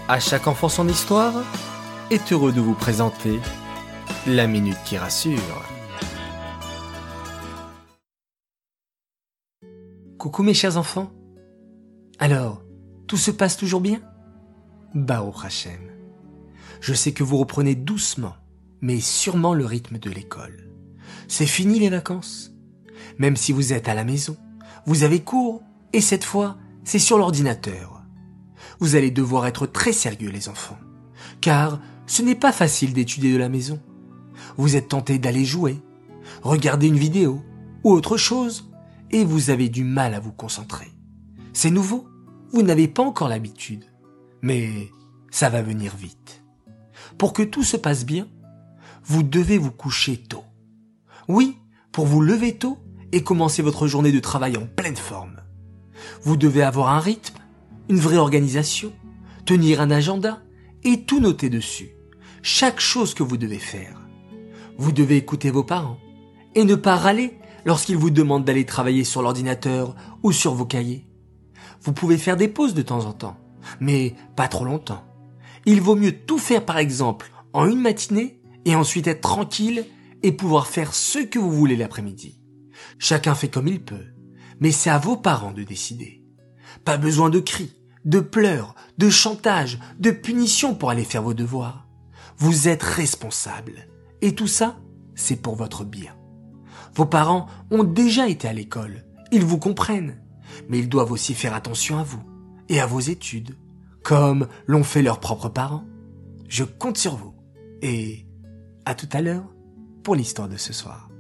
À chaque enfant son histoire est heureux de vous présenter la Minute qui rassure. Coucou mes chers enfants. Alors, tout se passe toujours bien? Baruch Hashem. Je sais que vous reprenez doucement, mais sûrement le rythme de l'école. C'est fini les vacances. Même si vous êtes à la maison, vous avez cours, et cette fois, c'est sur l'ordinateur. Vous allez devoir être très sérieux les enfants, car ce n'est pas facile d'étudier de la maison. Vous êtes tentés d'aller jouer, regarder une vidéo ou autre chose, et vous avez du mal à vous concentrer. C'est nouveau, vous n'avez pas encore l'habitude, mais ça va venir vite. Pour que tout se passe bien, vous devez vous coucher tôt. Oui, pour vous lever tôt et commencer votre journée de travail en pleine forme. Vous devez avoir un rythme, une vraie organisation, tenir un agenda et tout noter dessus. Chaque chose que vous devez faire. Vous devez écouter vos parents et ne pas râler lorsqu'ils vous demandent d'aller travailler sur l'ordinateur ou sur vos cahiers. Vous pouvez faire des pauses de temps en temps, mais pas trop longtemps. Il vaut mieux tout faire par exemple en une matinée et ensuite être tranquille et pouvoir faire ce que vous voulez l'après-midi. Chacun fait comme il peut, mais c'est à vos parents de décider. Pas besoin de cris, de pleurs, de chantage, de punitions pour aller faire vos devoirs. Vous êtes responsable. Et tout ça, c'est pour votre bien. Vos parents ont déjà été à l'école. Ils vous comprennent. Mais ils doivent aussi faire attention à vous et à vos études, comme l'ont fait leurs propres parents. Je compte sur vous. Et à tout à l'heure pour l'histoire de ce soir.